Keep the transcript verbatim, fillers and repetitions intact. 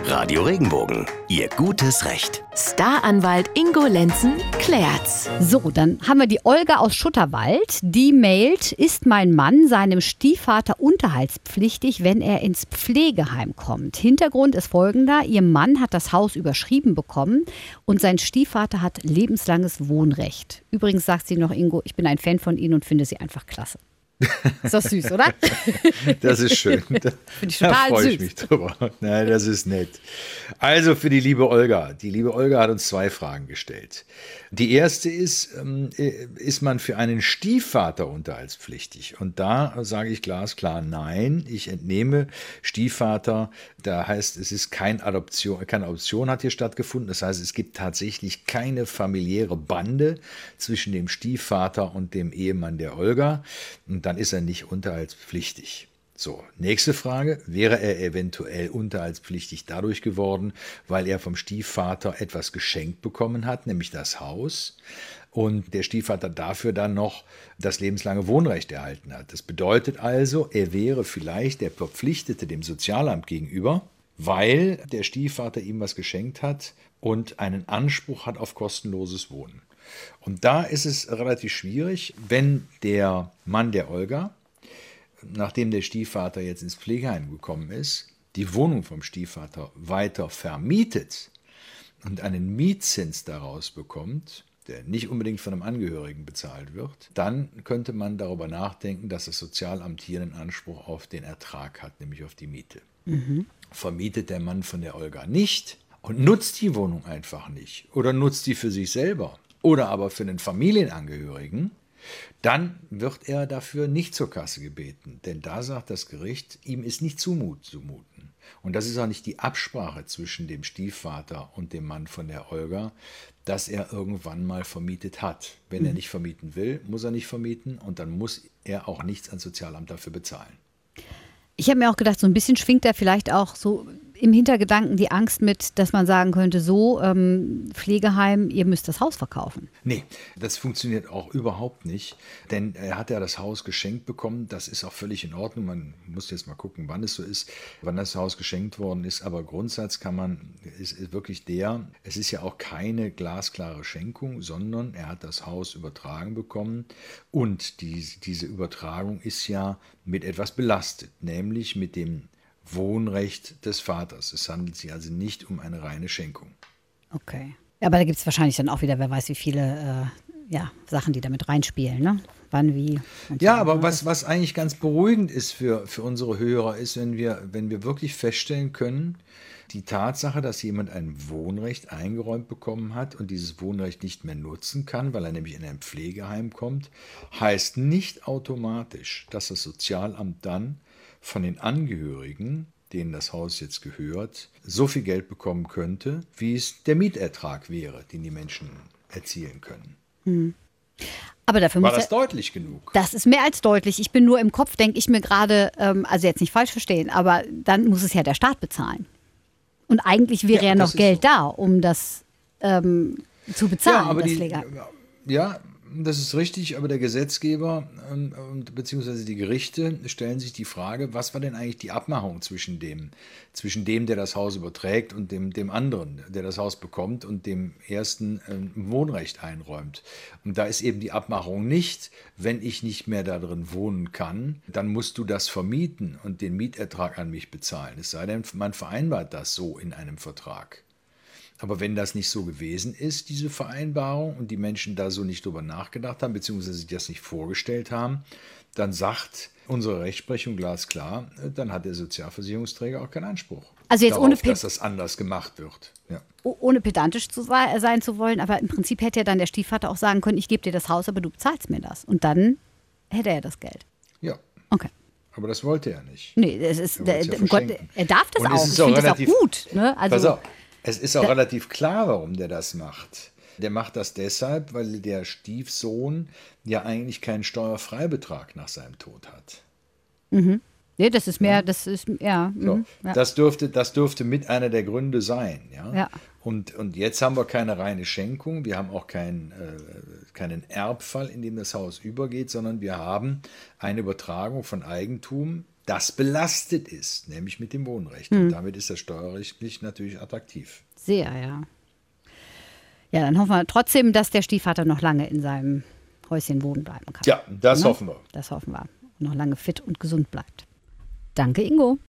Radio Regenbogen, Ihr gutes Recht. Staranwalt Ingo Lenzen klärt's. So, dann haben wir die Olga aus Schutterwald. Die mailt, ist mein Mann seinem Stiefvater unterhaltspflichtig, wenn er ins Pflegeheim kommt. Hintergrund ist folgender. Ihr Mann hat das Haus überschrieben bekommen und sein Stiefvater hat lebenslanges Wohnrecht. Übrigens sagt sie noch, Ingo, ich bin ein Fan von Ihnen und finde Sie einfach klasse. Ist doch süß, oder? Das ist schön. Da, Finde ich total da freue süß. ich mich drüber. Nein, das ist nett. Also für die liebe Olga. Die liebe Olga hat uns zwei Fragen gestellt. Die erste ist, ähm, ist man für einen Stiefvater unterhaltspflichtig? Und da sage ich glasklar nein. Ich entnehme Stiefvater. Da heißt, es ist kein Adoption, keine Adoption hat hier stattgefunden. Das heißt, es gibt tatsächlich keine familiäre Bande zwischen dem Stiefvater und dem Ehemann der Olga. Und dann ist er nicht unterhaltspflichtig. So, nächste Frage. Wäre er eventuell unterhaltspflichtig dadurch geworden, weil er vom Stiefvater etwas geschenkt bekommen hat, nämlich das Haus, und der Stiefvater dafür dann noch das lebenslange Wohnrecht erhalten hat? Das bedeutet also, er wäre vielleicht der Verpflichtete dem Sozialamt gegenüber, weil der Stiefvater ihm was geschenkt hat und einen Anspruch hat auf kostenloses Wohnen. Und da ist es relativ schwierig, wenn der Mann der Olga, nachdem der Stiefvater jetzt ins Pflegeheim gekommen ist, die Wohnung vom Stiefvater weiter vermietet und einen Mietzins daraus bekommt, der nicht unbedingt von einem Angehörigen bezahlt wird, dann könnte man darüber nachdenken, dass das Sozialamt hier einen Anspruch auf den Ertrag hat, nämlich auf die Miete. Mhm. Vermietet der Mann von der Olga nicht und nutzt die Wohnung einfach nicht oder nutzt die für sich selber oder aber für einen Familienangehörigen, dann wird er dafür nicht zur Kasse gebeten. Denn da sagt das Gericht, ihm ist nicht zumut, zumuten. Und das ist auch nicht die Absprache zwischen dem Stiefvater und dem Mann von der Olga, dass er irgendwann mal vermietet hat. Wenn mhm. er nicht vermieten will, muss er nicht vermieten und dann muss er auch nichts ans Sozialamt dafür bezahlen. Ich habe mir auch gedacht, so ein bisschen schwingt da vielleicht auch so im Hintergedanken die Angst mit, dass man sagen könnte, so, ähm, Pflegeheim, ihr müsst das Haus verkaufen. Nee, das funktioniert auch überhaupt nicht, denn er hat ja das Haus geschenkt bekommen, das ist auch völlig in Ordnung, man muss jetzt mal gucken, wann es so ist, wann das Haus geschenkt worden ist, aber Grundsatz kann man, ist, ist wirklich der, es ist ja auch keine glasklare Schenkung, sondern er hat das Haus übertragen bekommen und die, diese Übertragung ist ja mit etwas belastet, nämlich mit dem Wohnrecht des Vaters. Es handelt sich also nicht um eine reine Schenkung. Okay. Aber da gibt es wahrscheinlich dann auch wieder, wer weiß wie viele äh, ja, Sachen, die damit reinspielen, ne? Wann, wie. Und ja, so, aber ne? was, was eigentlich ganz beruhigend ist für, für unsere Hörer, ist, wenn wir, wenn wir wirklich feststellen können, die Tatsache, dass jemand ein Wohnrecht eingeräumt bekommen hat und dieses Wohnrecht nicht mehr nutzen kann, weil er nämlich in ein Pflegeheim kommt, heißt nicht automatisch, dass das Sozialamt dann von den Angehörigen, denen das Haus jetzt gehört, so viel Geld bekommen könnte, wie es der Mietertrag wäre, den die Menschen erzielen können. Hm. Aber dafür War muss das er, deutlich genug? Das ist mehr als deutlich. Ich bin nur im Kopf, denke ich mir gerade, ähm, also jetzt nicht falsch verstehen, aber dann muss es ja der Staat bezahlen. Und eigentlich wäre ja, ja noch Geld so da, um das ähm, zu bezahlen, ja, aber das die, Pflegeheim. Ja, das ist richtig, aber der Gesetzgeber und, und beziehungsweise die Gerichte stellen sich die Frage, was war denn eigentlich die Abmachung zwischen dem, zwischen dem, der das Haus überträgt und dem, dem anderen, der das Haus bekommt und dem ersten äh, Wohnrecht einräumt. Und da ist eben die Abmachung nicht, wenn ich nicht mehr da drin wohnen kann, dann musst du das vermieten und den Mietertrag an mich bezahlen. Es sei denn, man vereinbart das so in einem Vertrag. Aber wenn das nicht so gewesen ist, diese Vereinbarung, und die Menschen da so nicht drüber nachgedacht haben, beziehungsweise sich das nicht vorgestellt haben, dann sagt unsere Rechtsprechung glasklar, dann hat der Sozialversicherungsträger auch keinen Anspruch also jetzt darauf, ohne dass das anders gemacht wird. Ja. Ohne pedantisch zu sein, sein zu wollen, aber im Prinzip hätte ja dann der Stiefvater auch sagen können, ich gebe dir das Haus, aber du bezahlst mir das. Und dann hätte er das Geld. Ja. Okay. Aber das wollte er nicht. Nee, das ist, er, der, ja um Gott, er darf das und auch. Ich finde das auch gut. Ne? Also, pass auf. Es ist auch da, relativ klar, warum der das macht. Der macht das deshalb, weil der Stiefsohn ja eigentlich keinen Steuerfreibetrag nach seinem Tod hat. Mhm. Nee, das ist mehr, das ist, ja. So, mhm, ja. Das, dürfte, das dürfte mit einer der Gründe sein. Ja? Ja. Und, und jetzt haben wir keine reine Schenkung, wir haben auch kein, äh, keinen Erbfall, in dem das Haus übergeht, sondern wir haben eine Übertragung von Eigentum das belastet ist, nämlich mit dem Wohnrecht. Und damit ist das steuerrechtlich natürlich attraktiv. Sehr, ja. Ja, dann hoffen wir trotzdem, dass der Stiefvater noch lange in seinem Häuschen wohnen bleiben kann. Ja, das Ne? hoffen wir. Das hoffen wir. Und noch lange fit und gesund bleibt. Danke, Ingo.